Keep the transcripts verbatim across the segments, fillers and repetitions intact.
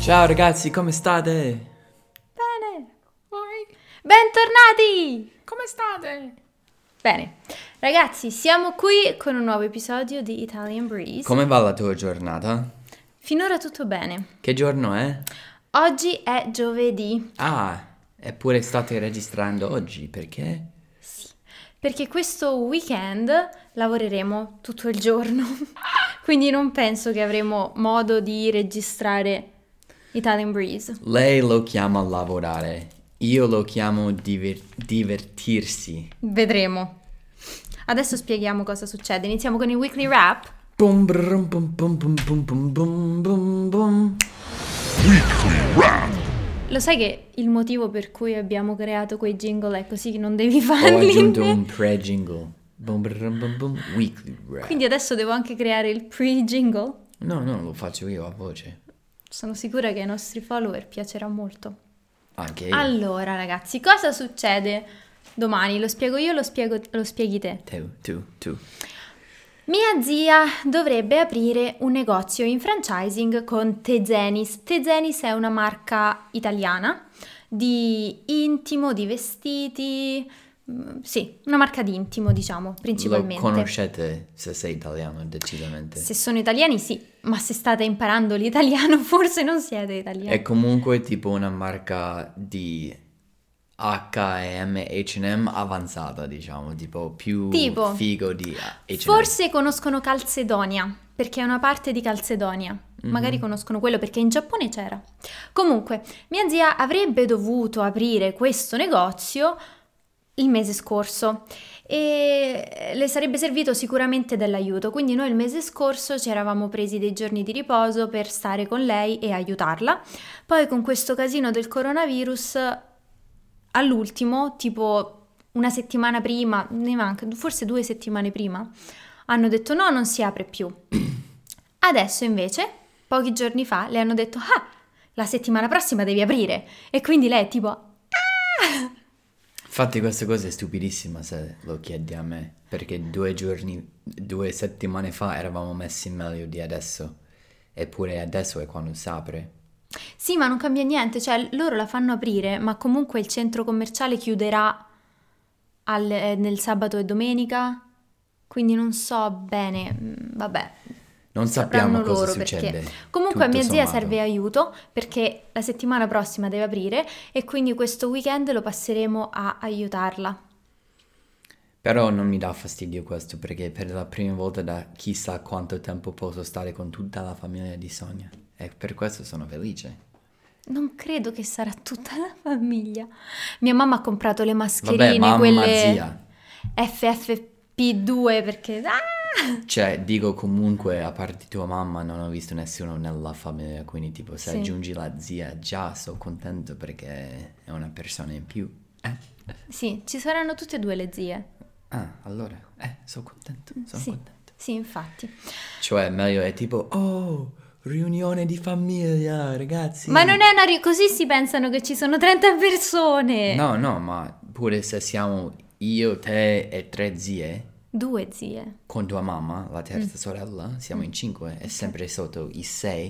Ciao ragazzi, come state? Bene, Voi? bentornati! Come state? Bene, ragazzi, siamo qui con un nuovo episodio di Italian Breeze. Come va la tua giornata? Finora tutto bene. Che giorno è? Oggi è giovedì. Ah, eppure state registrando oggi, perché? Sì, perché questo weekend lavoreremo tutto il giorno. Quindi non penso che avremo modo di registrare Italian Breeze. Lei lo chiama lavorare, io lo chiamo diver- divertirsi. Vedremo. Adesso spieghiamo cosa succede. Iniziamo con il weekly wrap. Bum brum bum bum bum bum bum bum bum bum. Lo sai che il motivo per cui abbiamo creato quei jingle è così che non devi Ho farli? aggiunto un pre-jingle. Bum brum bum bum. Weekly rap. Quindi adesso devo anche creare il pre-jingle? No, no, lo faccio io a voce. Sono sicura che ai nostri follower piacerà molto. Anche io. Allora, ragazzi, cosa succede domani? Lo spiego io, lo, spiego, lo spieghi te. Tu, tu, tu. Mia zia dovrebbe aprire un negozio in franchising con Tezenis. Tezenis è una marca italiana di intimo, di vestiti, mm, sì, una marca di intimo, diciamo, principalmente. Lo conoscete se sei italiano, decisamente. Se sono italiani sì, ma se state imparando l'italiano forse non siete italiani. È comunque tipo una marca di H e M, H and M avanzata, diciamo, tipo più Tipo, figo di H and M. Forse conoscono Calzedonia, perché è una parte di Calzedonia. Mm-hmm. Magari conoscono quello perché in Giappone c'era. Comunque, mia zia avrebbe dovuto aprire questo negozio il mese scorso e le sarebbe servito sicuramente dell'aiuto. Quindi noi il mese scorso ci eravamo presi dei giorni di riposo per stare con lei e aiutarla. Poi con questo casino del coronavirus, all'ultimo, tipo una settimana prima, ne manca, forse due settimane prima, hanno detto no, non si apre più. Adesso invece, pochi giorni fa, le hanno detto ah, la settimana prossima devi aprire. E quindi lei è tipo ah! Infatti questa cosa è stupidissima se lo chiedi a me, perché due giorni, due settimane fa eravamo messi meglio di adesso, eppure adesso è quando si apre. Sì, ma non cambia niente, cioè loro la fanno aprire, ma comunque il centro commerciale chiuderà al- eh, nel sabato e domenica, quindi non so bene, mm, vabbè. Non Sapranno sappiamo cosa loro succede. perché. Comunque a tutto mia zia sommato. serve aiuto perché la settimana prossima deve aprire e quindi questo weekend lo passeremo a aiutarla. Però non mi dà fastidio questo, perché per la prima volta da chissà quanto tempo posso stare con tutta la famiglia di Sonia. E per questo sono felice. Non credo che sarà tutta la famiglia. Mia mamma ha comprato le mascherine, Vabbè, mamma, quelle zia. F F P due perché. Ah! Cioè, dico comunque, a parte tua mamma, non ho visto nessuno nella famiglia, quindi tipo se Sì. aggiungi la zia, già sono contento perché è una persona in più. Eh? Sì, ci saranno tutte e due le zie. Ah, allora, eh, sono contento, sono Sì, contento. sì, infatti. Cioè, meglio è tipo, oh, riunione di famiglia, ragazzi. Ma non è una ri- così si pensano che ci sono trenta persone. No, no, ma pure se siamo io, te e tre zie, Due zie. con tua mamma, la Mm. terza sorella, siamo in cinque, è sempre sotto i sei.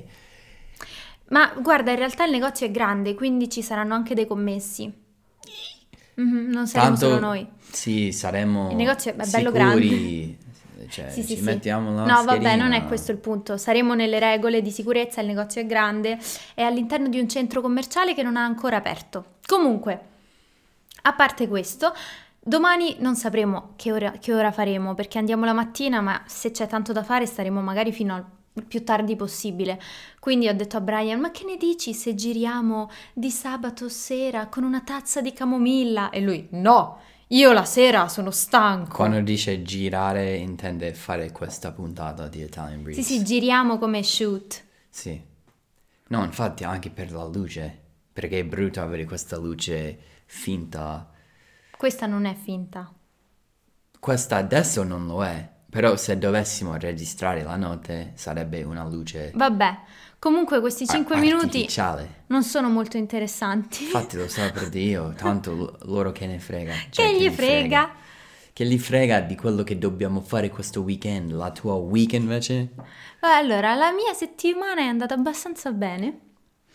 Ma guarda, in realtà il negozio è grande, quindi ci saranno anche dei commessi. Mhm, non saremo Tanto, solo noi. sì, saremo Il negozio è bello sicuri, grande. cioè Sì, sì, ci sì. mettiamo la No, vabbè, mascherina. non è questo il punto. Saremo nelle regole di sicurezza, il negozio è grande, è all'interno di un centro commerciale che non ha ancora aperto. Comunque, a parte questo, domani non sapremo che ora, che ora faremo perché andiamo la mattina, ma se c'è tanto da fare staremo magari fino al più tardi possibile. Quindi ho detto a Brian, ma che ne dici se giriamo di sabato sera con una tazza di camomilla? E lui, no, io la sera sono stanco. Quando dice girare intende fare questa puntata di Italian Breeze. Sì, sì, giriamo come shoot. Sì. No, infatti anche per la luce, perché è brutto avere questa luce finta. Questa non è finta. Questa adesso non lo è, però se dovessimo registrare la notte sarebbe una luce Vabbè, comunque questi a- cinque minuti artificiale. non sono molto interessanti. Infatti lo so per io, tanto lo- loro che ne frega. Cioè, Che gli li frega? Che gli frega di quello che dobbiamo fare questo weekend. La tua weekend invece? Allora, la mia settimana è andata abbastanza bene.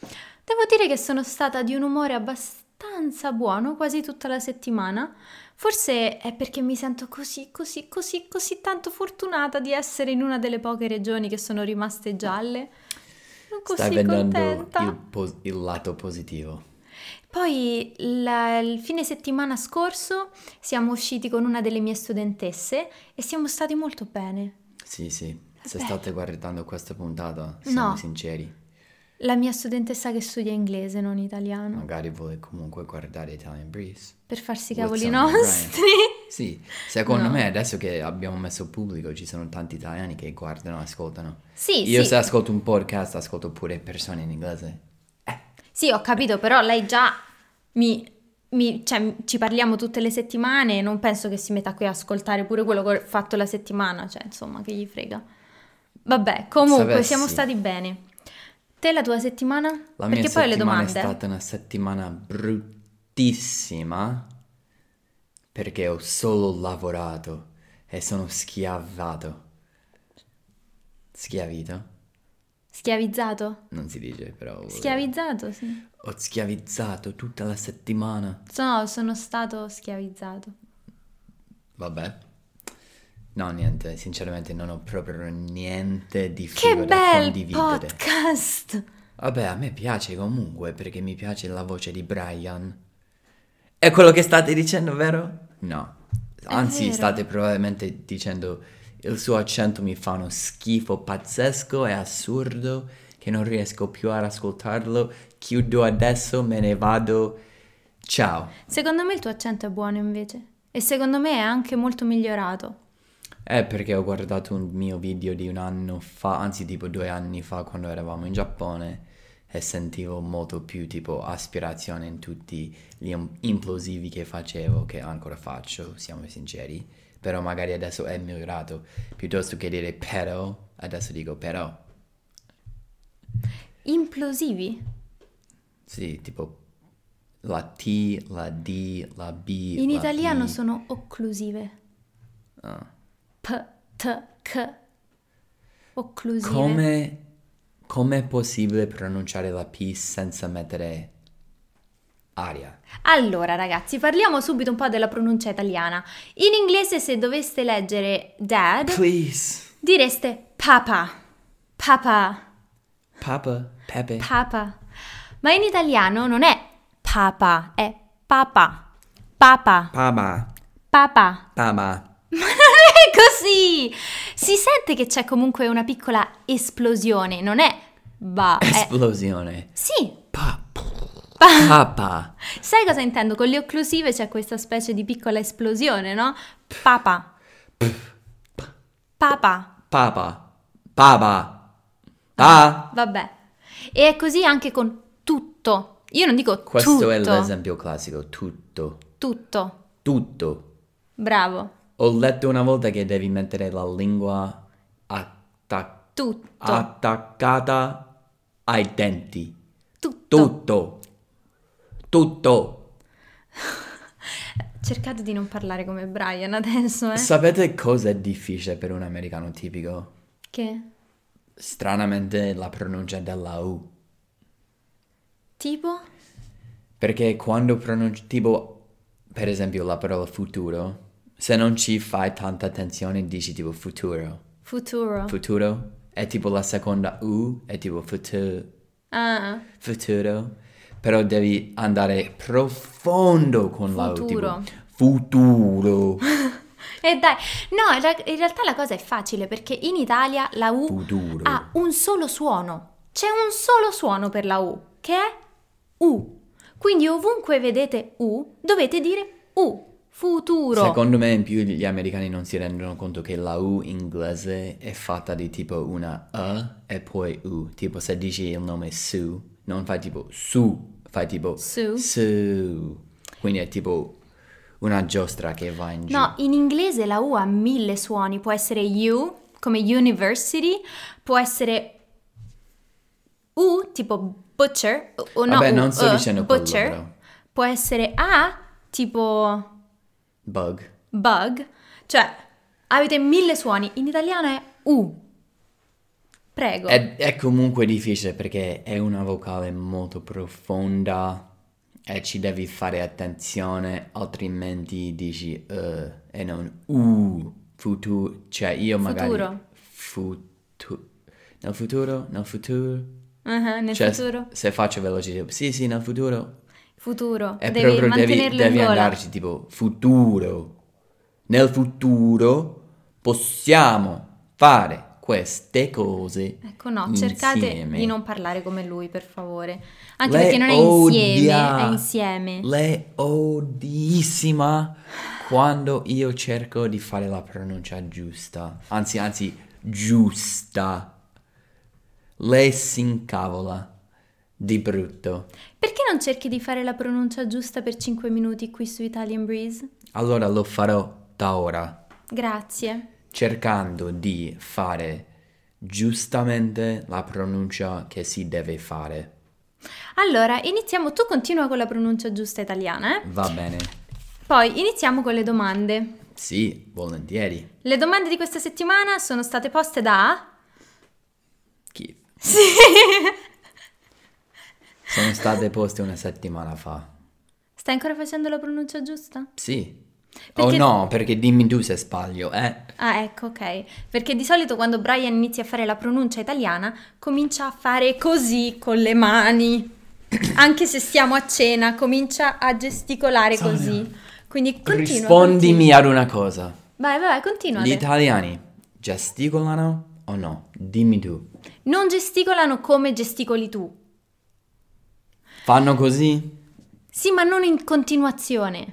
Devo dire che sono stata di un umore abbastanza buono quasi tutta la settimana. Forse è perché mi sento così, così, così, così tanto fortunata di essere in una delle poche regioni che sono rimaste gialle. Sono così Stai vedendo contenta. il, pos- il lato positivo. Poi la- il fine settimana scorso siamo usciti con una delle mie studentesse e siamo stati molto bene. Sì, sì, se bello. state guardando questa puntata, siamo No. sinceri. La mia studentessa che studia inglese, non italiano, Magari vuole comunque guardare Italian Breeze. per farsi i With cavoli Sonia nostri. Sì, secondo No. me adesso che abbiamo messo pubblico ci sono tanti italiani che guardano, ascoltano. Sì, Io sì. se ascolto un podcast ascolto pure persone in inglese. Sì, ho capito, però lei già mi, mi- cioè, ci parliamo tutte le settimane e non penso che si metta qui a ascoltare pure quello che ho fatto la settimana, cioè, insomma, che gli frega. Vabbè, comunque, Sapessi. siamo stati bene. Te la tua settimana? La mia Perché poi ho le settimana è domande. stata una settimana bruttissima perché ho solo lavorato e sono schiavato. Schiavito? Schiavizzato? Non si dice però. Schiavizzato, sì. Ho schiavizzato tutta la settimana. No, sono stato schiavizzato. Vabbè. No, niente, sinceramente non ho proprio niente di Che figo da bel condividere. podcast! Vabbè, a me piace comunque perché mi piace la voce di Brian. È quello che state dicendo, vero? No. Anzi, vero. state probabilmente dicendo il suo accento mi fa uno schifo pazzesco e assurdo che non riesco più ad ascoltarlo. Chiudo adesso, me ne vado. Ciao. Secondo me il tuo accento è buono invece. E secondo me è anche molto migliorato. È perché ho guardato un mio video di un anno fa, anzi tipo due anni fa quando eravamo in Giappone e sentivo molto più tipo aspirazione in tutti gli im- implosivi che facevo, che ancora faccio, siamo sinceri, però magari adesso è migliorato, piuttosto che dire però, adesso dico però, Implosivi? sì, tipo la T, la D, la B, In la italiano I. sono occlusive. Ah. P, T, K. Occlusive. Come com'è possibile pronunciare la P senza mettere aria? Allora, ragazzi, parliamo subito un po' della pronuncia italiana. In inglese, se doveste leggere dad, Please. direste papa. Papa. Papa, Pepe. Papa. Ma in italiano non è papa, è papa. Papa. Papa. Papa. Papa. Ma non è così! Si sente che c'è comunque una piccola esplosione, non è ba, è... Esplosione. Sì, Pa- Papa. sai cosa intendo? Con le occlusive c'è questa specie di piccola esplosione, no? Papa. Papa. Papa. Papa. Pa. Vabbè. E è così anche con tutto. Io non dico Questo tutto. è l'esempio classico. Tutto. Tutto. Tutto. Bravo. Ho letto una volta che devi mettere la lingua atta- Tutto. attaccata ai denti. Tutto. Tutto. Tutto. Cercate di non parlare come Brian adesso, eh. Sapete cosa è difficile per un americano tipico? Che? Stranamente la pronuncia della U. Tipo? Perché quando pronunci, tipo, per esempio la parola futuro, se non ci fai tanta attenzione dici tipo futuro. Futuro. Futuro è tipo la seconda U, è tipo futuro. Ah. Futuro. Però devi andare profondo con la U. Futuro. Tipo, futuro. E dai, no, in ra- in realtà la cosa è facile perché in Italia la U Futuro. ha un solo suono. C'è un solo suono per la U, che è U. Quindi ovunque vedete U, dovete dire U. Futuro. Secondo me in più gli americani non si rendono conto che la U inglese è fatta di tipo una A e poi U. Tipo se dici il nome Sue, non fai tipo su, fai tipo Sue. Sue. Quindi è tipo una giostra che va in giù. No, in inglese la U ha mille suoni. Può essere U, come university, può essere U, tipo butcher, o no, Vabbè, U, non sto uh, dicendo quello, butcher. però. Può essere A, tipo Bug. bug. Cioè, avete mille suoni. In italiano è U. Prego. È, è comunque difficile perché è una vocale molto profonda e ci devi fare attenzione, altrimenti dici uh, e non uh, futuro, cioè io magari... Futuro. Futu- nel futuro, nel futuro... Uh-huh, nel Cioè, futuro. se faccio veloce, tipo, sì, sì, nel futuro. Futuro. E Devi proprio devi, mantenerlo devi in gola. andarci, tipo, futuro. Nel futuro possiamo fare queste cose Ecco, no, cercate insieme. di non parlare come lui, per favore. Anche Le perché non è odia. insieme, è insieme. Le odissima quando io cerco di fare la pronuncia giusta. Anzi, anzi, giusta. Lei si incavola di brutto. Perché non cerchi di fare la pronuncia giusta per cinque minuti qui su Italian Breeze? Allora lo farò da ora, Grazie. cercando di fare giustamente la pronuncia che si deve fare. Allora, iniziamo. Tu continua con la pronuncia giusta italiana, eh? Va bene? Poi iniziamo con le domande. Sì, volentieri. Le domande di questa settimana sono state poste da... Chi? Sì. Sono state poste una settimana fa. Stai ancora facendo la pronuncia giusta? Sì. Perché- Oh no, perché dimmi tu se sbaglio, eh? Ah, ecco, ok. Perché di solito quando Brian inizia a fare la pronuncia italiana, comincia a fare così con le mani. Anche se stiamo a cena, comincia a gesticolare Sonia, così. Quindi continua. Rispondimi continua. ad una cosa. Vai, vai, vai, continua. Gli adesso. italiani gesticolano o no? Dimmi tu. Non gesticolano come gesticoli tu. Fanno così? Sì, ma non in continuazione.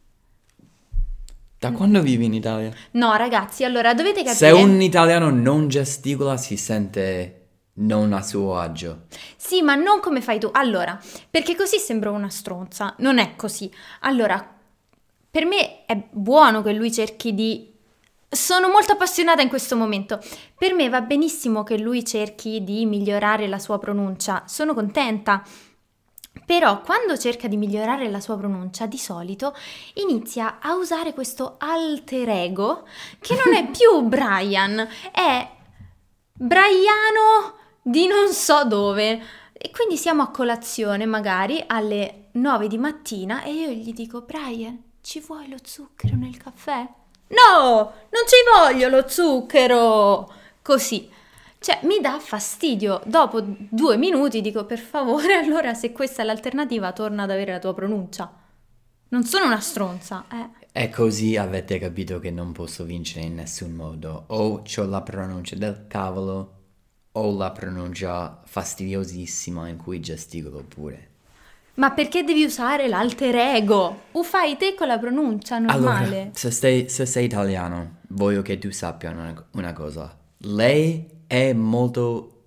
Da quando vivi in Italia? No, ragazzi, allora dovete capire... Se un italiano non gesticola si sente non a suo agio. Sì, ma non come fai tu. Allora, perché così sembro una stronza. Non è così. Allora, per me è buono che lui cerchi di... Sono molto appassionata in questo momento. Per me va benissimo che lui cerchi di migliorare la sua pronuncia. Sono contenta. Però quando cerca di migliorare la sua pronuncia, di solito inizia a usare questo alter ego che non è più Brian, è Briano di non so dove. E quindi siamo a colazione magari alle nove di mattina e io gli dico: Brian, ci vuoi lo zucchero nel caffè? No, non ci voglio lo zucchero! Così. Cioè, mi dà fastidio. Dopo due minuti dico, per favore, allora se questa è l'alternativa, torna ad avere la tua pronuncia. Non sono una stronza, eh. E così avete capito che non posso vincere in nessun modo. O c'ho la pronuncia del cavolo, o la pronuncia fastidiosissima in cui gesticolo pure. Ma perché devi usare l'alter ego? O fai te con la pronuncia normale. Allora, se sei, se sei italiano, voglio che tu sappia una, una cosa. Lei è molto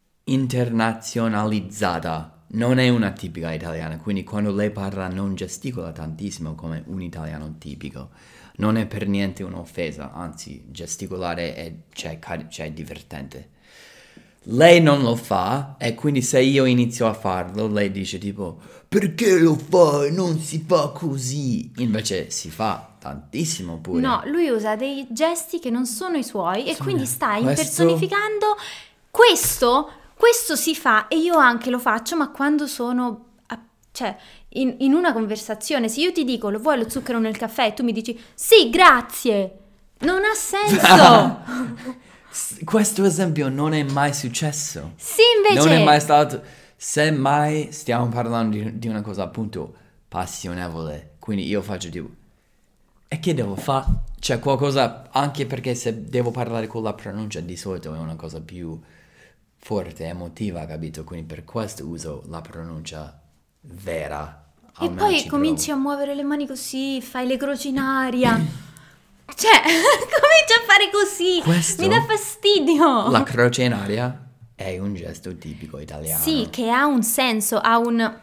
internazionalizzata, non è una tipica italiana, quindi quando lei parla non gesticola tantissimo come un italiano tipico. Non è per niente un'offesa, anzi gesticolare è, cioè, car- cioè, è divertente. Lei non lo fa e quindi se io inizio a farlo lei dice tipo perché lo fai? Non si fa così. Invece si fa tantissimo pure. No, lui usa dei gesti che non sono i suoi e Sonia, quindi sta questo- impersonificando questo, questo si fa e io anche lo faccio, ma quando sono a- cioè in, in una conversazione, se io ti dico lo vuoi lo zucchero nel caffè e tu mi dici sì, grazie, non ha senso. S- Questo esempio non è mai successo. Sì, invece Non è mai stato. Se mai stiamo parlando di, di una cosa appunto passionevole, quindi io faccio tipo. E che devo fare? C'è qualcosa, anche perché se devo parlare con la pronuncia di solito è una cosa più forte, emotiva, capito? Quindi per questo uso la pronuncia vera. e Almeno poi ci cominci provo. a muovere le mani così, fai le croci in aria. Cioè, cominci a fare così. Questo? Mi dà fastidio. La croce in aria è un gesto tipico italiano. Sì, che ha un senso, ha un...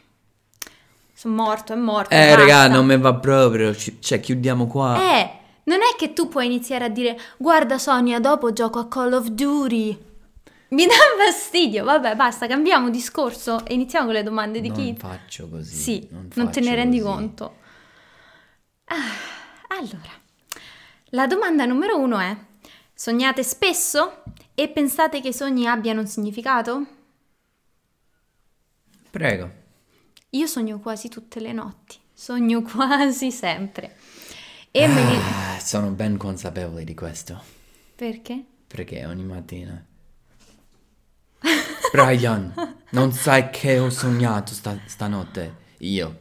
Sono morto, è morto, Eh, basta. raga, non mi va proprio. ci- Cioè, chiudiamo qua. Eh, non è che tu puoi iniziare a dire guarda Sonia, dopo gioco a Call of Duty. Mi dà fastidio. Vabbè, basta, cambiamo discorso e iniziamo con le domande di Non chi... faccio così. Sì, non, non te ne faccio rendi così. conto. Ah, allora, la domanda numero uno è: sognate spesso? E pensate che i sogni abbiano un significato? Prego. Io sogno quasi tutte le notti, sogno quasi sempre. E me li... Ah, sono ben consapevole di questo. Perché? Perché ogni mattina... Brian, non sai che ho sognato sta- stanotte? Io.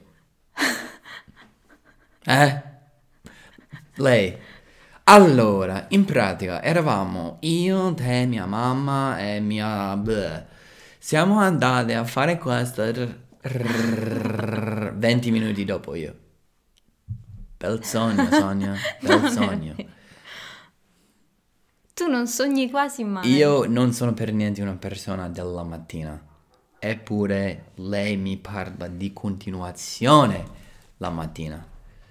Eh? Lei. Allora, in pratica, eravamo io, te, mia mamma e mia... bleh. Siamo andati a fare questo venti minuti dopo io. Bel sogno, Sonia, bel Non è sogno. vero. Tu non sogni quasi mai. Io non sono per niente una persona della mattina, eppure lei mi parla di continuazione la mattina.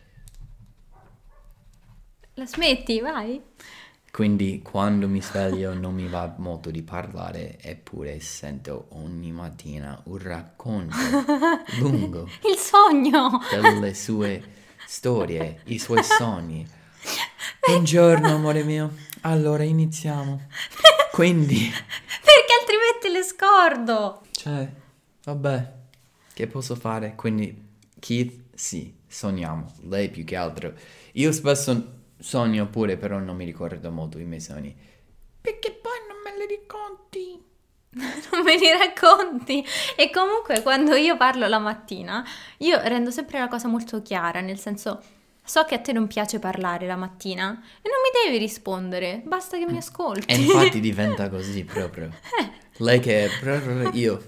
La smetti, vai? Quindi quando mi sveglio non mi va molto di parlare, eppure sento ogni mattina un racconto lungo Il sogno! delle sue storie, i suoi sogni. Buongiorno, amore mio. Allora iniziamo. Quindi, Perché altrimenti le scordo. cioè, vabbè, che posso fare? Quindi, Keith, sì, sogniamo. Lei più che altro. Io spesso sogno pure, però non mi ricordo molto i miei sogni. Perché poi non me li racconti? Non me li racconti. E comunque quando io parlo la mattina, io rendo sempre la cosa molto chiara, nel senso, so che a te non piace parlare la mattina e non mi devi rispondere, basta che mi ascolti. E infatti diventa così proprio. Lei che è proprio io.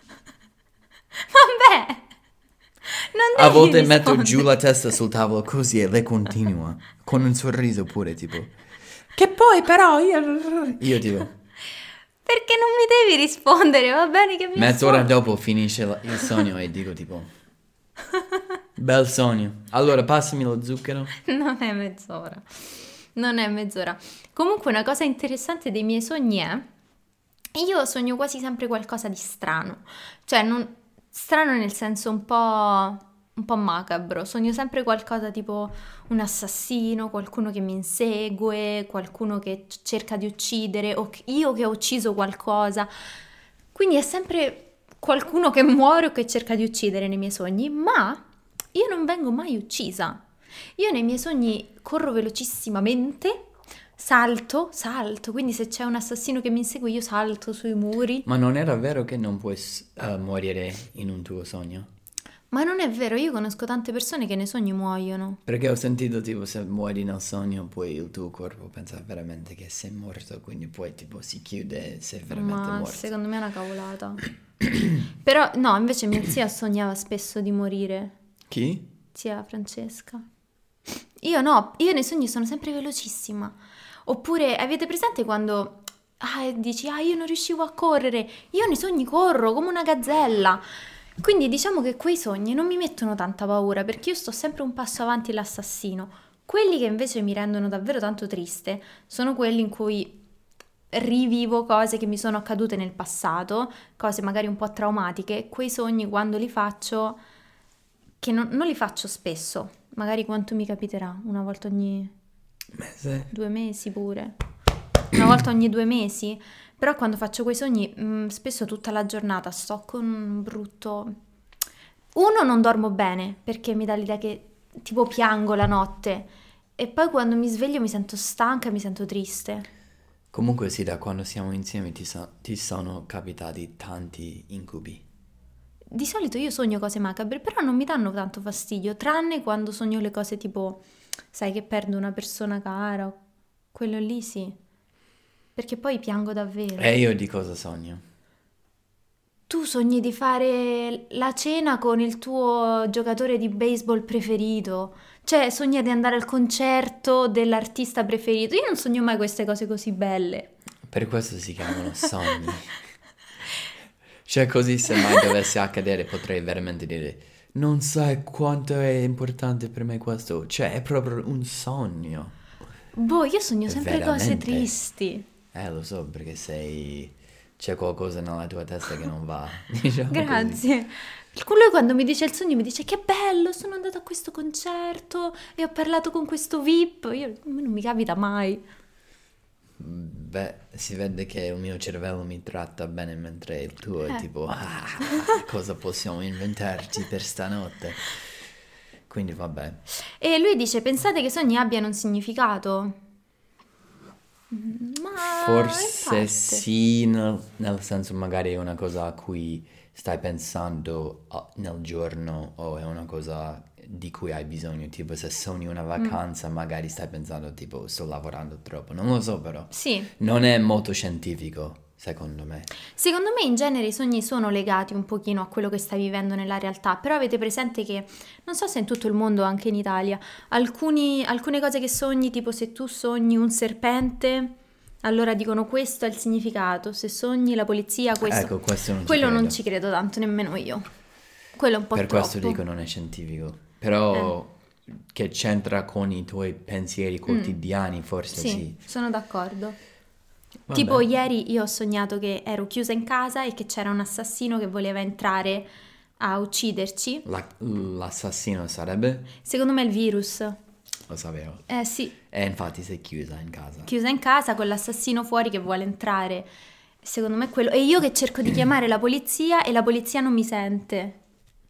Vabbè, non A devi volte metto rispondere. giù la testa sul tavolo così e lei continua. Con un sorriso pure, tipo. Che poi però io... Io tipo... Perché non mi devi rispondere, va bene che mi Mezz'ora ascolti. dopo finisce la- il sogno e dico tipo... Bel sogno. Allora passami lo zucchero. Non è mezz'ora. Non è mezz'ora. Comunque una cosa interessante dei miei sogni è... Io sogno quasi sempre qualcosa di strano. Cioè, non... strano nel senso un po'... un po' macabro. Sogno sempre qualcosa tipo un assassino, qualcuno che mi insegue, qualcuno che c- cerca di uccidere, o che- io che ho ucciso qualcosa. Quindi è sempre qualcuno che muore o che cerca di uccidere nei miei sogni, ma io non vengo mai uccisa. Io nei miei sogni corro velocissimamente, salto, salto, quindi se c'è un assassino che mi insegue io salto sui muri. Ma non era vero che non puoi s- eh, morire in un tuo sogno? Ma non è vero, io conosco tante persone che nei sogni muoiono. Perché ho sentito tipo se muori nel sogno poi il tuo corpo pensa veramente che sei morto, quindi poi tipo si chiude e sei veramente Ma morto. secondo me è una cavolata. Però no, invece mia zia sognava spesso di morire. Chi? Zia Francesca. Io no, io nei sogni sono sempre velocissima. Oppure avete presente quando ah, dici ah io non riuscivo a correre? Io nei sogni corro come una gazzella. Quindi diciamo che quei sogni non mi mettono tanta paura perché io sto sempre un passo avanti l'assassino. Quelli che invece mi rendono davvero tanto triste sono quelli in cui rivivo cose che mi sono accadute nel passato, cose magari un po' traumatiche. Quei sogni quando li faccio, che non, non li faccio spesso, magari quanto mi capiterà, una volta ogni Mese. due mesi pure, una volta ogni due mesi. Però quando faccio quei sogni, mh, spesso tutta la giornata sto con un brutto... Uno, non dormo bene, perché mi dà l'idea che tipo piango la notte. E poi quando mi sveglio mi sento stanca e mi sento triste. Comunque sì, da quando siamo insieme ti, so- ti sono capitati tanti incubi. Di solito io sogno cose macabre, però non mi danno tanto fastidio, tranne quando sogno le cose tipo, sai, che perdo una persona cara, quello lì sì. Perché poi piango davvero. E io di cosa sogno? Tu sogni di fare la cena con il tuo giocatore di baseball preferito, cioè sogni di andare al concerto dell'artista preferito. Io non sogno mai queste cose così belle. Per questo si chiamano sogni. Cioè così se mai dovesse accadere potrei veramente dire non sai quanto è importante per me questo. Cioè è proprio un sogno. Boh, io sogno sempre cose Veramente. tristi. Eh lo so perché sei... c'è qualcosa nella tua testa che non va. Diciamo così. Grazie. Lui quando mi dice il sogno mi dice che bello, sono andato a questo concerto e ho parlato con questo V I P. Io, a me non mi capita mai. Beh, beh, si vede che il mio cervello mi tratta bene mentre il tuo è Eh. tipo, ah, cosa possiamo inventarci per stanotte? Quindi vabbè. E lui dice, pensate che i sogni abbiano un significato? Mm, Ma in Forse parte. sì, nel, nel senso magari è una cosa a cui stai pensando ah, nel giorno o è una cosa di cui hai bisogno, tipo se sogni una vacanza magari stai pensando tipo sto lavorando troppo, non lo so però, Sì, non è molto scientifico secondo me. secondo me in genere i sogni sono legati un pochino a quello che stai vivendo nella realtà, però avete presente che, non so se in tutto il mondo, anche in Italia, alcuni- alcune cose che sogni, tipo se tu sogni un serpente, allora dicono questo è il significato, se sogni la polizia, questo. Ecco, questo non ci Quello non credo. ci credo tanto, nemmeno io. Quello è un po' Per questo troppo. dico non è scientifico, però che c'entra con i tuoi pensieri quotidiani, forse Sì, sì. sono d'accordo. Vabbè. Tipo ieri io ho sognato che ero chiusa in casa e che c'era un assassino che voleva entrare a ucciderci. La- l'assassino sarebbe? Secondo me è il virus. Lo sapevo. Eh sì, E infatti sei chiusa in casa. chiusa in casa con l'assassino fuori che vuole entrare. Secondo me è quello. E io che cerco di chiamare la polizia e la polizia non mi sente.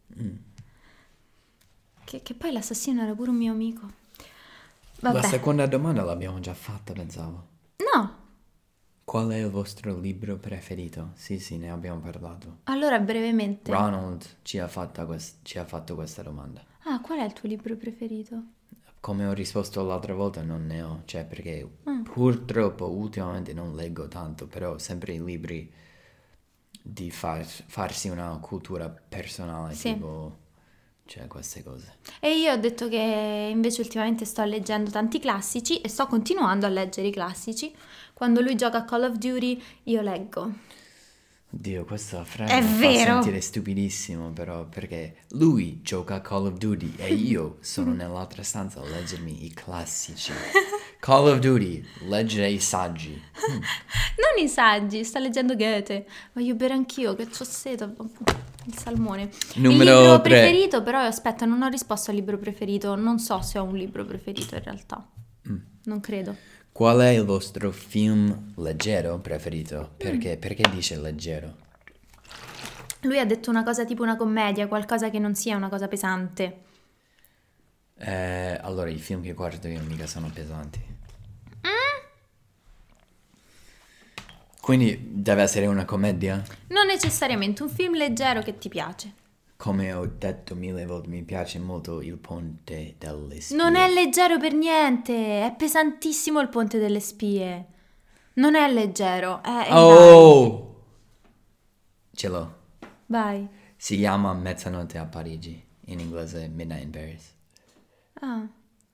Che, che poi l'assassino era pure un mio amico. La Vabbè. seconda domanda l'abbiamo già fatta, pensavo. No, Qual è il vostro libro preferito? Sì, sì, ne abbiamo parlato. allora brevemente. Ronald ci ha, fatta quest- ci ha fatto questa domanda. Ah, qual è il tuo libro preferito? Come ho risposto l'altra volta, non ne ho, cioè perché Mm. purtroppo ultimamente non leggo tanto, però sempre i libri di far- farsi una cultura personale, Sì. tipo, cioè queste cose. E io ho detto che invece ultimamente sto leggendo tanti classici e sto continuando a leggere i classici. Quando lui gioca a Call of Duty io leggo. Dio, questa frase È mi fa vero! sentire stupidissimo, però, perché lui gioca a Call of Duty e io sono nell'altra stanza a leggermi i classici. Call of Duty, leggere i saggi. Non i saggi, sto leggendo Goethe. Voglio bere anch'io, che c'ho sete. Il salmone. Numero Il libro tre. preferito, però aspetta, non ho risposto al libro preferito. Non so se ho un libro preferito in realtà. Non credo. Qual è il vostro film leggero preferito? Perché, perché dice leggero? Lui ha detto una cosa tipo una commedia, qualcosa che non sia una cosa pesante. Eh, allora, i film che guardo io mica sono pesanti. Quindi deve essere una commedia? Non necessariamente un film leggero che ti piace. Come ho detto mille volte, mi piace molto Il Ponte delle Spie. Non è leggero per niente, è pesantissimo il Ponte delle Spie. Non è leggero, è... è- Oh! Ce l'ho. Vai. Si chiama Mezzanotte a Parigi, in inglese Midnight in Paris. Ah.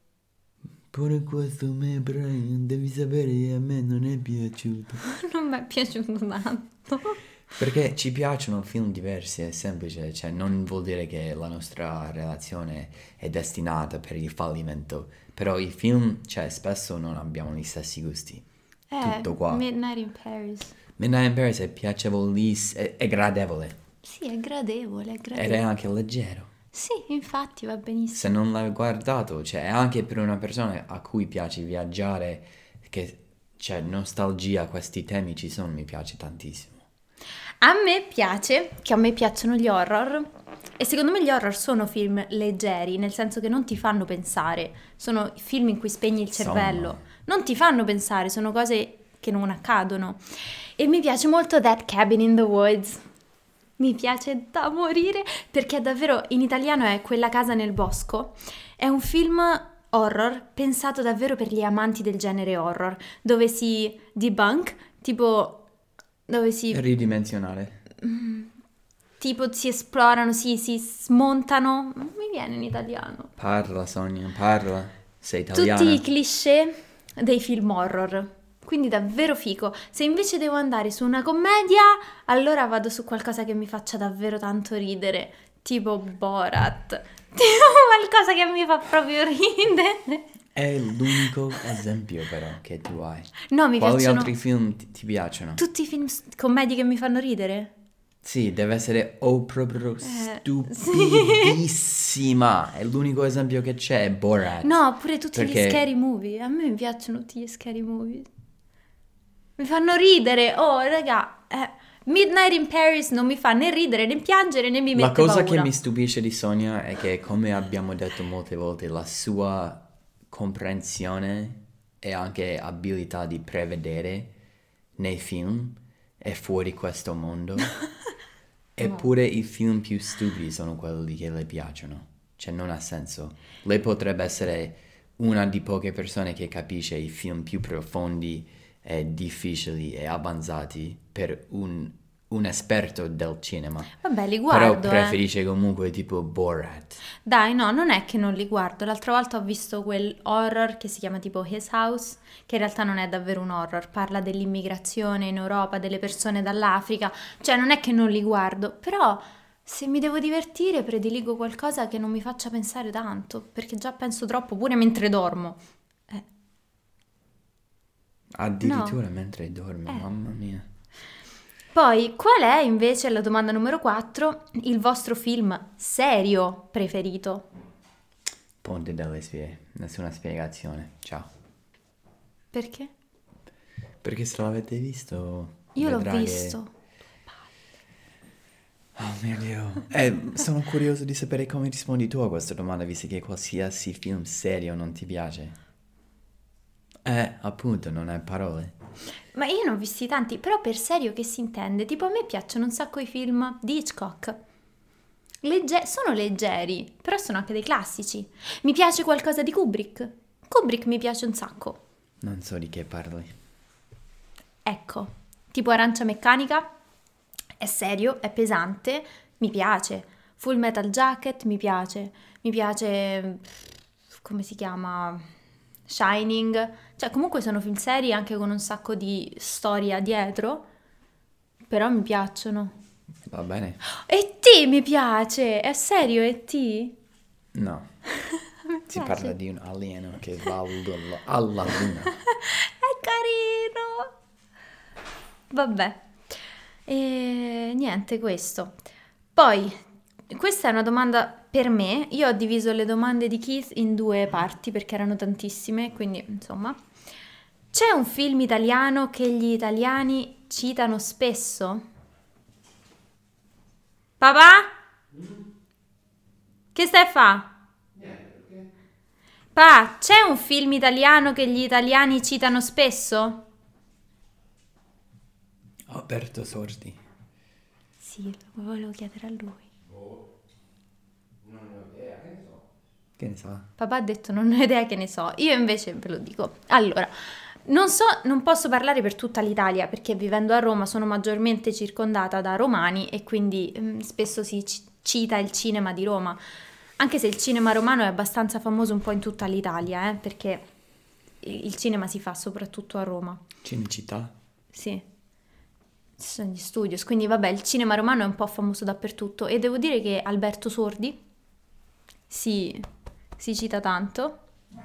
Pure questo me, Brian, devi sapere che a me non è piaciuto. Non mi è piaciuto tanto. Perché ci piacciono film diversi, è semplice, cioè non vuol dire che la nostra relazione è destinata per il fallimento, però i film, cioè spesso non abbiamo gli stessi gusti. Eh, Tutto qua. Midnight in Paris. Midnight in Paris è piacevolissimo, è, è gradevole Sì, è gradevole, è ed gradevole. è anche leggero. Sì, infatti va benissimo. Se non l'hai guardato, cioè è anche per una persona a cui piace viaggiare, che c'è nostalgia, questi temi ci sono, mi piace tantissimo. A me piace, che a me piacciono gli horror, e secondo me gli horror sono film leggeri, nel senso che non ti fanno pensare, sono film in cui spegni il cervello, Insomma. non ti fanno pensare, sono cose che non accadono. E mi piace molto That Cabin in the Woods, mi piace da morire, perché davvero in italiano è Quella casa nel bosco, è un film horror pensato davvero per gli amanti del genere horror, dove si debunk, tipo... dove si Ridimensionale. tipo si esplorano, si, si smontano, non mi viene in italiano, Parla Sonia, parla. Sei italiana. tutti i cliché dei film horror. Quindi davvero figo. Se invece devo andare su una commedia, allora vado su qualcosa che mi faccia davvero tanto ridere, tipo Borat, tipo qualcosa che mi fa proprio ridere. È l'unico esempio però che tu hai. No, mi Quali piacciono altri film ti, ti piacciono? tutti i film s- commedie che mi fanno ridere. Sì, deve essere o proprio Eh, stupidissima. È l'unico esempio che c'è, è Borat. No, pure tutti Perché- gli scary movie. A me mi piacciono tutti gli scary movie. Mi fanno ridere. Oh, raga, eh, Midnight in Paris non mi fa né ridere né piangere né mi mette La cosa paura. che mi stupisce di Sonia è che, come abbiamo detto molte volte, la sua comprensione e anche abilità di prevedere nei film è fuori questo mondo. Eppure i film più stupidi sono quelli che le piacciono. Cioè, non ha senso. Lei potrebbe essere una di poche persone che capisce i film più profondi e difficili e avanzati per un, un esperto del cinema. Vabbè, li Però guardo, eh. preferisce comunque tipo Borat. Dai, no, non è che non li guardo. L'altra volta ho visto quel horror che si chiama tipo His House, che in realtà non è davvero un horror, parla dell'immigrazione in Europa, delle persone dall'Africa. Cioè, non è che non li guardo, però se mi devo divertire prediligo qualcosa che non mi faccia pensare tanto, perché già penso troppo pure mentre dormo. Eh, Addirittura no. mentre dorme, Eh. mamma mia. Poi, qual è invece la domanda numero quattro, il vostro film serio preferito? Ponte delle spie, nessuna spiegazione. Ciao. Perché? Perché se l'avete visto... Io l'ho vedrà che- visto. Oh mio Dio. Eh, sono curioso di sapere come rispondi tu a questa domanda, visto che qualsiasi film serio non ti piace. Eh, appunto, non hai parole. Ma io ne ho visti tanti, però per serio che si intende? Tipo a me piacciono un sacco i film di Hitchcock. Legge- sono leggeri, però sono anche dei classici. Mi piace qualcosa di Kubrick. Kubrick mi piace un sacco. Non so di che parli. Ecco, tipo Arancia Meccanica, è serio, è pesante, mi piace. Full Metal Jacket mi piace. Mi piace, come si chiama? Shining. Cioè comunque sono film seri anche con un sacco di storia dietro, però mi piacciono. Va bene? E T mi piace, è serio E T? No. Mi Si piace. parla di un alieno che va all- alla luna. È carino. Vabbè. E niente, questo. Poi, questa è una domanda per me. Io ho diviso le domande di Keith in due parti perché erano tantissime, quindi insomma. C'è un film italiano che gli italiani citano spesso? Papà? Che stai a fa? Pa, c'è un film italiano che gli italiani citano spesso? Alberto Sordi. Sì, lo volevo chiedere a lui. Che ne sa? Papà ha detto non ho idea, che ne so. Io invece ve lo dico. Allora, non so, non posso parlare per tutta l'Italia perché vivendo a Roma sono maggiormente circondata da romani e quindi mm, spesso si ci- cita il cinema di Roma. Anche se il cinema romano è abbastanza famoso un po' in tutta l'Italia, eh, perché il il cinema si fa soprattutto a Roma. Cinecittà? Sì, ci sono gli studios, quindi vabbè, il cinema romano è un po' famoso dappertutto e devo dire che Alberto Sordi si, si cita tanto.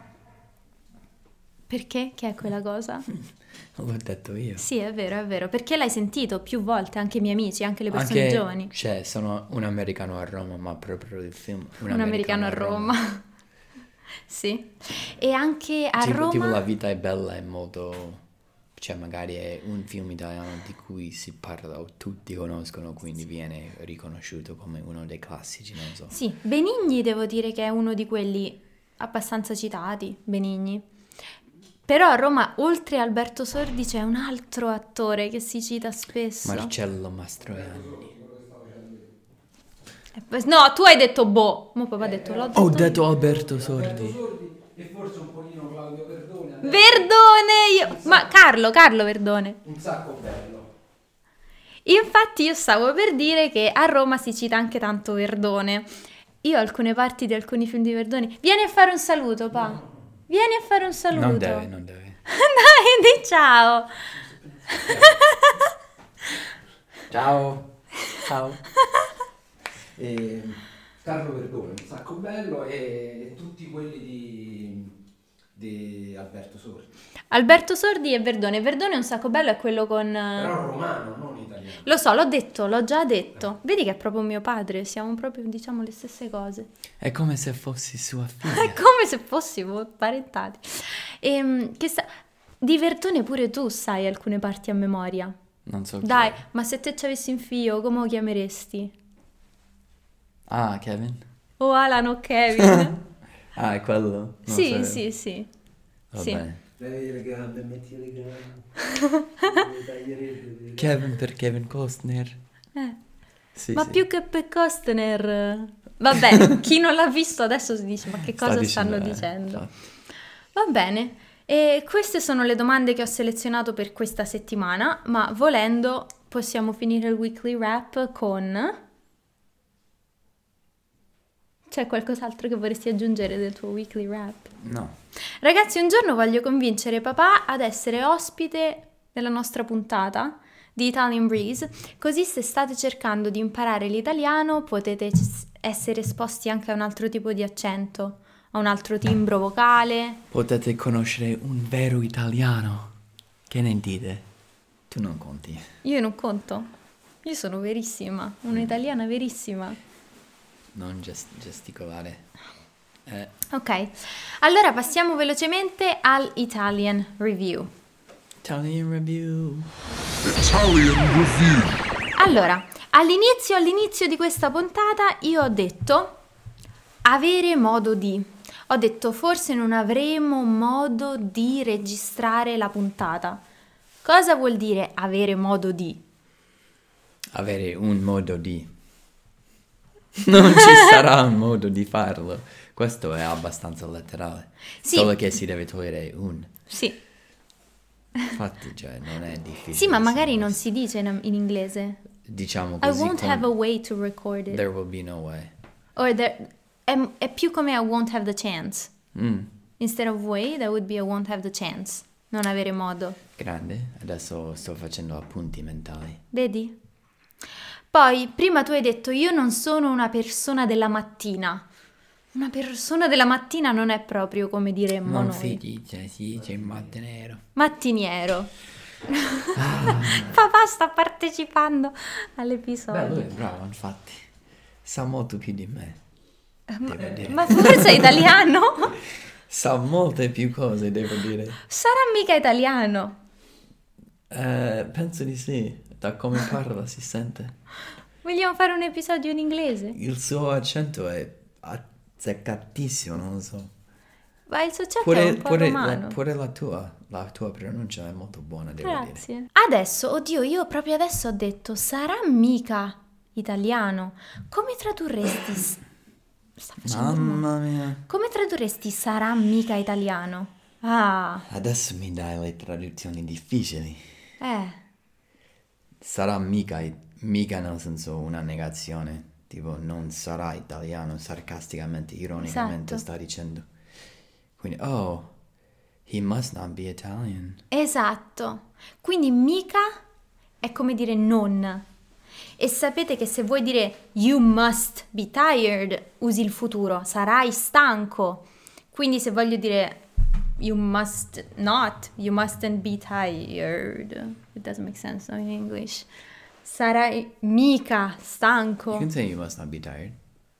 Perché? Che è quella cosa? L'ho detto io. Sì, è vero, è vero, perché l'hai sentito più volte, anche i miei amici, anche le persone Anche, giovani. cioè, sono un americano a Roma, ma proprio il film Un, Un americano a Roma. Sì. E anche a Tipo, Roma... tipo La vita è bella è molto... Cioè, magari è un film italiano di cui si parla o tutti conoscono, quindi viene riconosciuto come uno dei classici, non so. Sì, Benigni devo dire che è uno di quelli abbastanza citati, Benigni. Però a Roma, oltre a Alberto Sordi, c'è un altro attore che si cita spesso. Marcello Mastroianni. Eh, poi- No, tu hai detto boh. Mo papà ha detto l'ho detto. Ho detto Alberto Sordi. Sordi e forse un pochino Claudio Verdone. adesso Verdone! Io... Ma Carlo, Carlo Verdone. Un sacco bello. Infatti io stavo per dire che a Roma si cita anche tanto Verdone. Io ho alcune parti di alcuni film di Verdone. Vieni a fare un saluto, pa. Vieni a fare un saluto. Non deve, non deve. Dai, di ciao. Ciao. Ciao. E Carlo Verdone, un sacco bello, e tutti quelli di, di Alberto Sordi. Alberto Sordi e Verdone. Verdone è un sacco bello, è quello con... Però romano, non italiano. Lo so, l'ho detto, l'ho già detto. Vedi che è proprio mio padre, siamo proprio, diciamo, le stesse cose. È come se fossi sua È figlia. come se fossimo parentati. Ehm, che sta... Di Verdone pure tu sai alcune parti a memoria. Non so Dai, chi è. ma se te ci avessi un figlio, come lo chiameresti? Ah, Kevin? O Alan o Kevin? Ah, è quello? Non Sì, sapevo. sì, sì. Va Sì. bene. Levi le gambe, metti le gambe. Taglierebbe. Kevin per Kevin Costner. Eh. Sì, Ma sì. più che per Costner... Vabbè, chi non l'ha visto adesso si dice ma che Sta cosa dicendo, stanno eh, dicendo? infatti. Va bene, e queste sono le domande che ho selezionato per questa settimana, ma volendo possiamo finire il weekly wrap con... C'è qualcos'altro che vorresti aggiungere del tuo weekly wrap? No. Ragazzi, un giorno voglio convincere papà ad essere ospite della nostra puntata di Italian Breeze, così se state cercando di imparare l'italiano potete c- essere esposti anche a un altro tipo di accento, a un altro timbro vocale. Potete conoscere un vero italiano. Che ne dite? Tu non conti. Io non conto, io sono verissima, un'italiana verissima. Non gest- gesticolare. Eh, Ok, allora passiamo velocemente al Italian Review. Italian review. Italian Review. Allora, all'inizio, all'inizio di questa puntata io ho detto avere modo di. Ho detto forse non avremo modo di registrare la puntata. Cosa vuol dire avere modo di? Avere un modo di. Non ci sarà un modo di farlo. Questo è abbastanza letterale. Sì. Solo che si deve togliere un. Sì. Infatti, cioè, non è difficile. Sì, ma magari sì, non si dice in, in inglese. Diciamo I così. won't con- have a way to record it. There will be no way. Or there, è, è più come I won't have the chance. Mm, Instead of way, that would be I won't have the chance. Non avere modo. grande. Adesso sto facendo appunti mentali. Vedi? Poi, prima tu hai detto io non sono una persona della mattina. Una persona della mattina non è proprio come diremmo Non noi. si dice, si dice in mattinero. Mattiniero. Papà sta partecipando all'episodio. Beh, lui è bravo, infatti. Sa molto più di me. Devo dire. Ma forse è italiano? Sa molte più cose, devo dire. Sarà mica italiano. Eh, penso di sì. Da come parla si sente. Vogliamo fare un episodio in inglese? Il suo accento è azzeccatissimo, non lo so. Ma il suo accento è Pure, un po' pure, la, romano. pure la tua, la tua pronuncia è molto buona, devo dire. Grazie. Adesso, oddio, io proprio adesso ho detto, sarà mica italiano. Come tradurresti... s- Sta facendo rumore. Mamma mia. Come tradurresti sarà mica italiano? Ah, Adesso mi dai le traduzioni difficili. eh, Sarà mica, mica nel senso una negazione. Tipo, non sarà italiano, sarcasticamente, ironicamente Esatto. sta dicendo. Quindi, oh, he must not be Italian. esatto. Quindi mica è come dire non. E sapete che se vuoi dire you must be tired, usi il futuro, sarai stanco. Quindi se voglio dire you must not, you mustn't be tired. It doesn't make sense no, in English. Sarai mica You stanco. can say you must not be tired.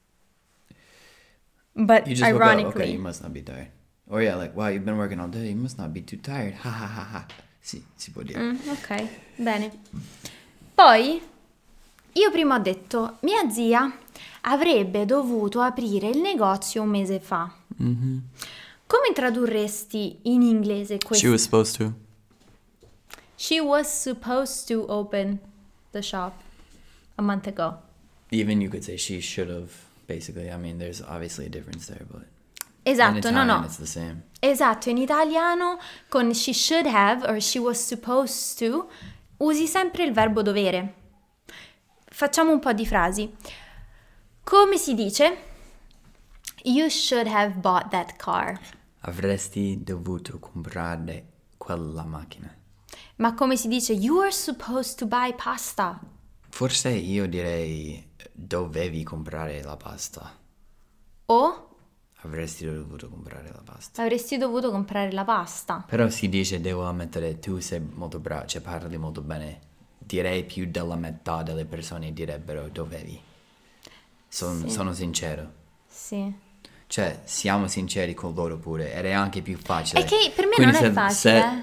But You just woke up, ironically. okay, you must not be tired. Or yeah, like, wow, you've been working all day, you must not be too tired. Ha ha ha ha. Sì, si può dire. Mm, ok, bene. Poi, io prima ho detto, mia zia avrebbe dovuto aprire il negozio un mese fa. Mm-hmm. Come tradurresti in inglese questo? She was supposed to. She was supposed to open the shop a month ago. Even you could say she should have, basically. I mean, there's obviously a difference there, but in Esatto, no, Italian no. it's the same. Esatto, in italiano con she should have or she was supposed to usi sempre il verbo dovere. Facciamo un po' di frasi. Come si dice? You should have bought that car. Avresti dovuto comprare quella macchina. Ma come si dice? You are supposed to buy pasta. Forse io direi dovevi comprare la pasta. O Avresti dovuto comprare la pasta. avresti dovuto comprare la pasta. Però si dice, devo ammettere, tu sei molto bravo, cioè parli molto bene. Direi più della metà delle persone direbbero dovevi. Son- Sì. Sono sincero. Sì. Cioè, siamo sinceri con loro pure. Ed è anche più facile. È che per me Quindi non è se- facile, se- eh.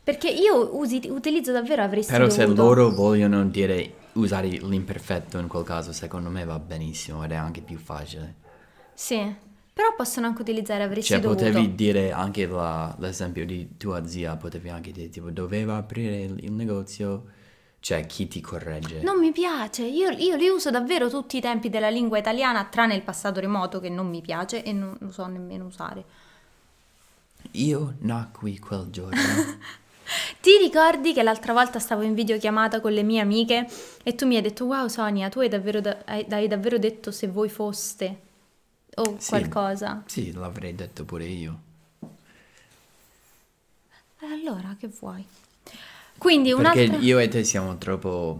Perché io usi, utilizzo davvero avresti Però dovuto. se loro vogliono dire usare l'imperfetto in quel caso, secondo me va benissimo ed è anche più facile. Sì, però possono anche utilizzare avresti Cioè dovuto. potevi dire anche la- l'esempio di tua zia, potevi anche dire tipo doveva aprire il, il negozio, cioè chi ti corregge? Non mi piace, io, io li uso davvero tutti i tempi della lingua italiana, tranne il passato remoto che non mi piace e non lo so nemmeno usare. Io nacqui quel giorno. Ti ricordi che l'altra volta stavo in videochiamata con le mie amiche e tu mi hai detto wow Sonia, tu hai davvero, da- hai, hai davvero detto se voi foste o Sì. qualcosa? Sì, l'avrei detto pure io. E allora che vuoi? Quindi Perché un'altra... io e te siamo troppo,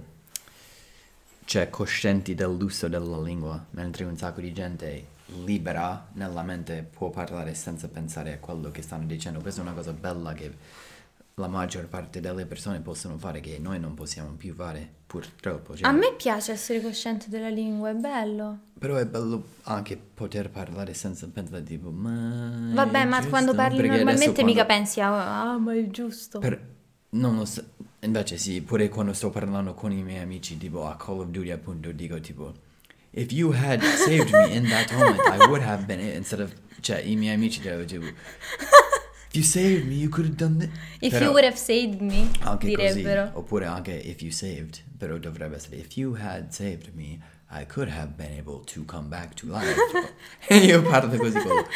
cioè, coscienti dell'uso della lingua, mentre un sacco di gente libera nella mente può parlare senza pensare a quello che stanno dicendo. Questa è una cosa bella che la maggior parte delle persone possono fare, che noi non possiamo più fare, purtroppo. Cioè, A me piace essere cosciente della lingua, è bello. Però è bello anche poter parlare senza pensare tipo, ma... è Vabbè, ma giusto? quando parli Perché adesso normalmente mica quando- pensi a ah, ma è giusto. Per- non lo so, invece sì, pure quando sto parlando con i miei amici, tipo a Call of Duty appunto, dico tipo, if you had saved me in that moment, I would have been it, instead of, cioè i miei amici dicono tipo, if you saved me, you could have done it. If Però you would have saved me, anche direbbero. così, oppure anche if you saved, però dovrebbe essere, if you had saved me, I could have been able to come back to life. E io parlo così con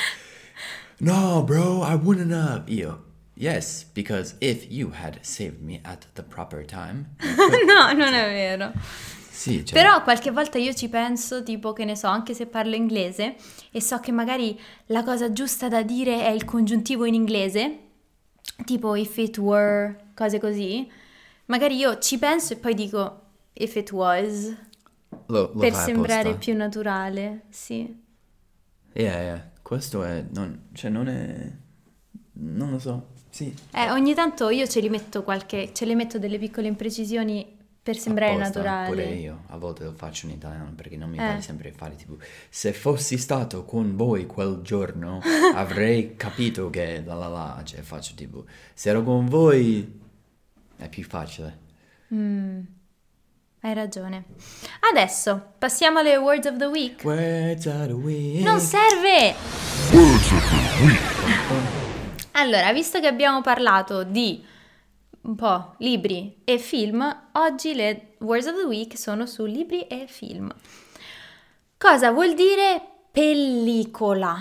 no bro, I wouldn't have. Io, yes, because if you had saved me at the proper time. No, non è vero. Sì, cioè, Però qualche volta io ci penso, tipo che ne so, anche se parlo inglese e so che magari la cosa giusta da dire è il congiuntivo in inglese, tipo if it were, cose così, magari io ci penso e poi dico if it was, lo, lo per fai sembrare apposta. più naturale, sì. Yeah, yeah, questo è, non, cioè non è, non lo so, sì. Eh, ogni tanto io ce li metto qualche, ce le metto delle piccole imprecisioni per sembrare Apposta, naturale. pure io, a volte lo faccio in italiano perché non mi Eh. pare sempre fare tipo, se fossi stato con voi quel giorno avrei capito che la la la, cioè faccio tipo, se ero con voi è più facile. Mm, hai ragione. Adesso passiamo alle words of the week. Words of the week. Non serve! Words of the week. Allora, visto che abbiamo parlato di un po' libri e film, oggi le words of the week sono su libri e film. Cosa vuol dire pellicola?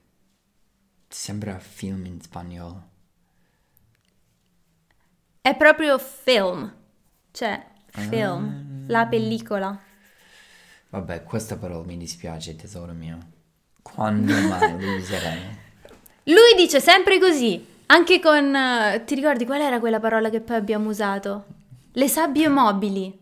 Sembra film in spagnolo. È proprio film, cioè film, la pellicola. Vabbè, questa però mi dispiace, tesoro mio. Quando mai lo useremo? Lui dice sempre così, anche con... eh, ti ricordi qual era quella parola che poi abbiamo usato? Le sabbie mobili.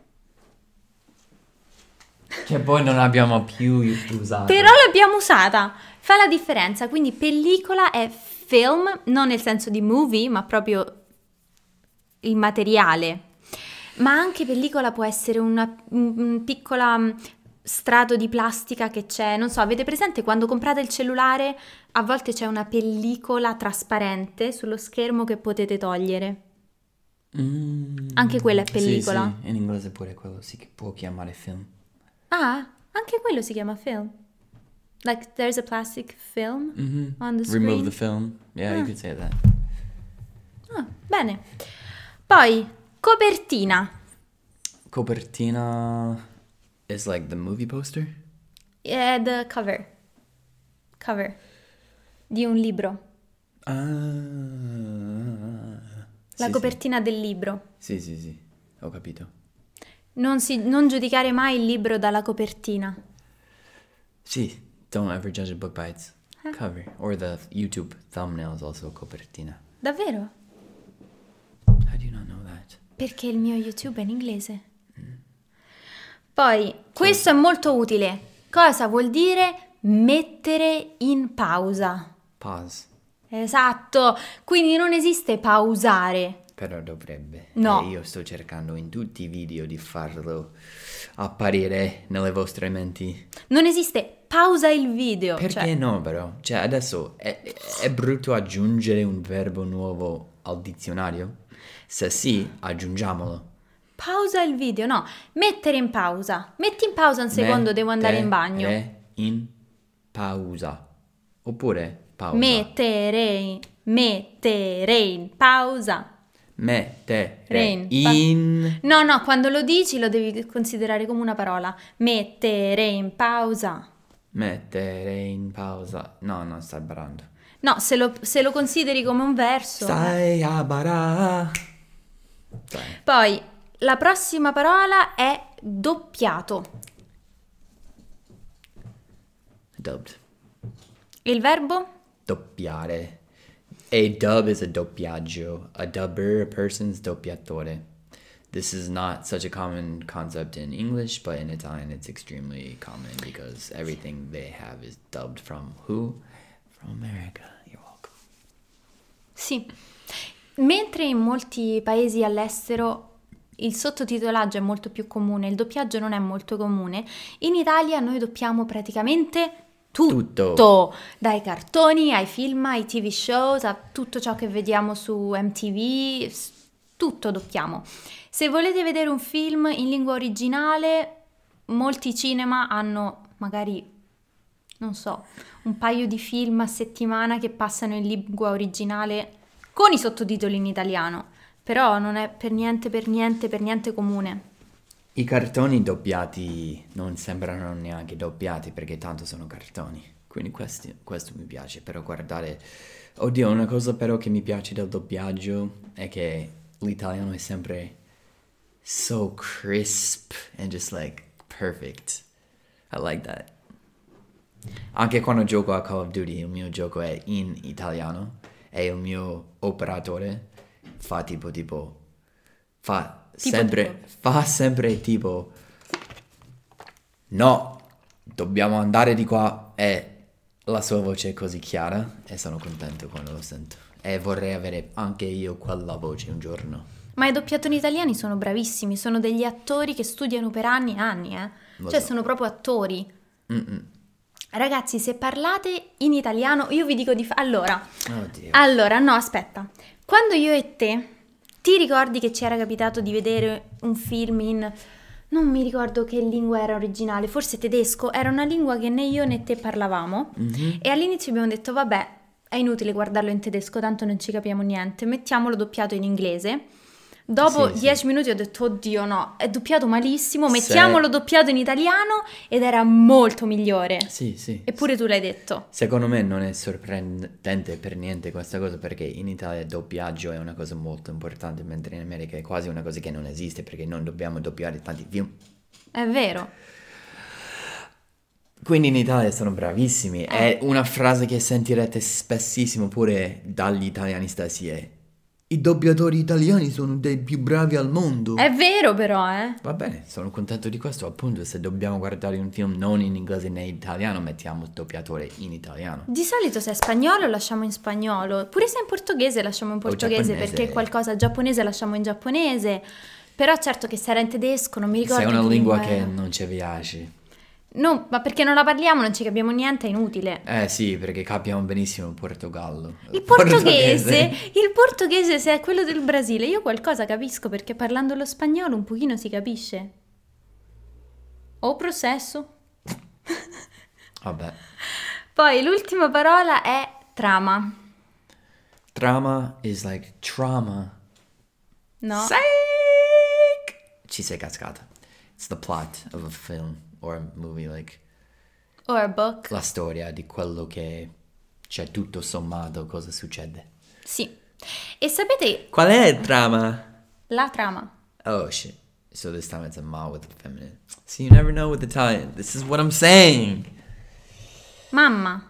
Che poi non abbiamo più usato. Però l'abbiamo usata. Fa la differenza, quindi pellicola è film, non nel senso di movie, ma proprio il materiale. Ma anche pellicola può essere una un, un piccola mm, strato di plastica che c'è, non so, avete presente quando comprate il cellulare, a volte c'è una pellicola trasparente sullo schermo che potete togliere. Mm, Anche quella è sì, pellicola. sì, in inglese pure quello si può chiamare film. Ah, anche quello si chiama film. Like there's a plastic film Mhm. on the screen. Remove the film. Yeah, you Ah. could say that. Ah, bene. Poi, copertina. Copertina is like the movie poster? È the cover. Cover. Di un libro. Ah. La Sì, copertina del libro. Sì, sì, sì, sì, ho capito. Non, si, non giudicare mai il libro dalla copertina. Sì, don't ever judge a book by its Ah. cover. Or the YouTube thumbnail is also copertina. Davvero? How do you not know that? Perché il mio YouTube è in inglese. Poi, questo è molto utile. Cosa vuol dire mettere in pausa? Pause. Esatto, quindi non esiste pausare. Però dovrebbe. No. E io sto cercando in tutti i video di farlo apparire nelle vostre menti. Non esiste pausa il video. Perché cioè, no, però? Cioè, adesso è, è brutto aggiungere un verbo nuovo al dizionario? Se sì, aggiungiamolo. Pausa il video, no, mettere in pausa. Metti in pausa un secondo, devo andare in bagno. Mettere in pausa. Oppure pausa. Mettere, mettere in pausa. Mettere Rain, pa- in... No, no, quando lo dici lo devi considerare come una parola. Mettere in pausa. Mettere in pausa. No, non stai barando. No, se lo, se lo consideri come un verso. Stai a barà. Dai. Poi, la prossima parola è doppiato. Dubbed. Il verbo? Doppiare. A dub is a doppiaggio. A dubber, a person's doppiatore. This is not such a common concept in English, but in Italian it's extremely common because everything they have is dubbed from who? From America. You're welcome. Sì. Mentre in molti paesi all'estero il sottotitolaggio è molto più comune, il doppiaggio non è molto comune, in Italia noi doppiamo praticamente tutto, Tutto. dai cartoni ai film, ai T V shows, a tutto ciò che vediamo su M T V, s- tutto doppiamo. Se volete vedere un film in lingua originale, molti cinema hanno magari, non so, un paio di film a settimana che passano in lingua originale con i sottotitoli in italiano, però non è per niente, per niente, per niente comune. I cartoni doppiati non sembrano neanche doppiati perché tanto sono cartoni. Quindi questi- questo mi piace, però guardare... Oddio, una cosa però che mi piace del doppiaggio è che l'italiano è sempre so crisp and just like perfect. I like that. Anche quando gioco a Call of Duty, il mio gioco è in italiano e il mio operatore fa tipo tipo fa Tipo, sempre tipo. fa sempre tipo no, dobbiamo andare di qua e la sua voce è così chiara e sono contento quando lo sento e vorrei avere anche io quella voce un giorno. Ma i doppiatori italiani sono bravissimi, sono degli attori che studiano per anni e anni, eh. Lo Cioè so. sono proprio attori. Mm-mm. Ragazzi, se parlate in italiano, io vi dico di fa- Allora, Oddio. allora, no, aspetta. Quando io e te, ti ricordi che ci era capitato di vedere un film in... Non mi ricordo che lingua era originale, forse tedesco, era una lingua che né io né te parlavamo. Mhm. E all'inizio abbiamo detto, vabbè, è inutile guardarlo in tedesco, tanto non ci capiamo niente, mettiamolo doppiato in inglese. Dopo Sì, sì. dieci minuti ho detto, oddio no, è doppiato malissimo, Se- mettiamolo doppiato in italiano ed era molto migliore. Sì, sì. Eppure tu l'hai detto. Secondo me non è sorprendente per niente questa cosa perché in Italia il doppiaggio è una cosa molto importante, mentre in America è quasi una cosa che non esiste perché non dobbiamo doppiare tanti film. È vero. Quindi in Italia sono bravissimi. È una frase che sentirete spessissimo pure dagli italiani stessi è i doppiatori italiani sono dei più bravi al mondo. È vero però, eh. Va bene, sono contento di questo. Appunto, se dobbiamo guardare un film non in inglese né in italiano, mettiamo il doppiatore in italiano. Di solito se è spagnolo lasciamo in spagnolo, pure se è in portoghese lasciamo in portoghese, giapponese. perché qualcosa giapponese lasciamo in giapponese. Però certo che se era in tedesco, non mi Se ricordo è una che lingua lingua che era. non ci piace. No, ma perché non la parliamo, non ci capiamo niente, è inutile. Eh sì, perché capiamo benissimo il Portogallo. Il portoghese, il portoghese se è quello del Brasile, io qualcosa capisco perché parlando lo spagnolo un pochino si capisce. O processo. Vabbè. Poi l'ultima parola è trama. Trama is like trauma. No? Psych! Ci sei cascata. It's the plot of a film or a movie, like O a book. la storia di quello che c'è tutto sommato cosa succede. Sì. E sapete Qual è il trama? la trama? Oh shit. So this time it's a ma with the feminine. See, you never know with Italian. This is what I'm saying. Mamma.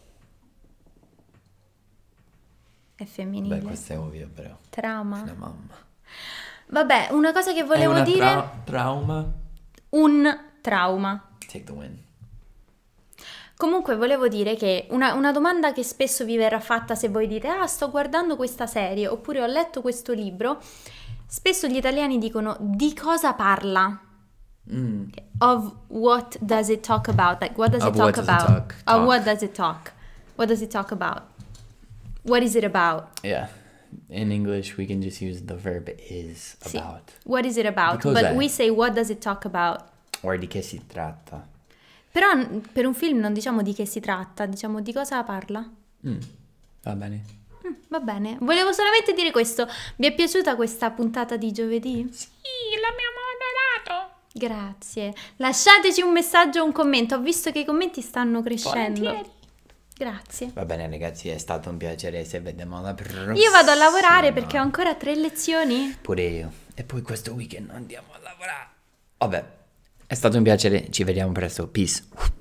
È femminile. Beh, questo è ovvio però. Trama. La mamma. Vabbè, una cosa che volevo è una dire... tra- trauma. Un trauma. Take the win. Comunque volevo dire che una, una domanda che spesso vi verrà fatta se voi dite ah sto guardando questa serie oppure ho letto questo libro, spesso gli italiani dicono di cosa parla? Mm. Of what does it talk about? Like what does Of it what talk does it about? talk- Of talk. what does it talk? What does it talk about? What is it about? Yeah. in English we can just use the verb is Sì. about. What is it about? Di cos'è? But we say what does it talk about? Or di che si tratta. Però n- per un film non diciamo di che si tratta, diciamo di cosa parla. Mm, va bene. Mm, va bene, volevo solamente dire questo. Vi è piaciuta questa puntata di giovedì? Sì, l'abbiamo adorato. Grazie. Lasciateci un messaggio o un commento. Ho visto che i commenti stanno crescendo. Volentieri. Grazie. Va bene ragazzi, è stato un piacere, se vediamo alla prossima. Io vado a lavorare perché ho ancora tre lezioni. Pure io. E poi questo weekend andiamo a lavorare. Vabbè, è stato un piacere, ci vediamo presto. Peace.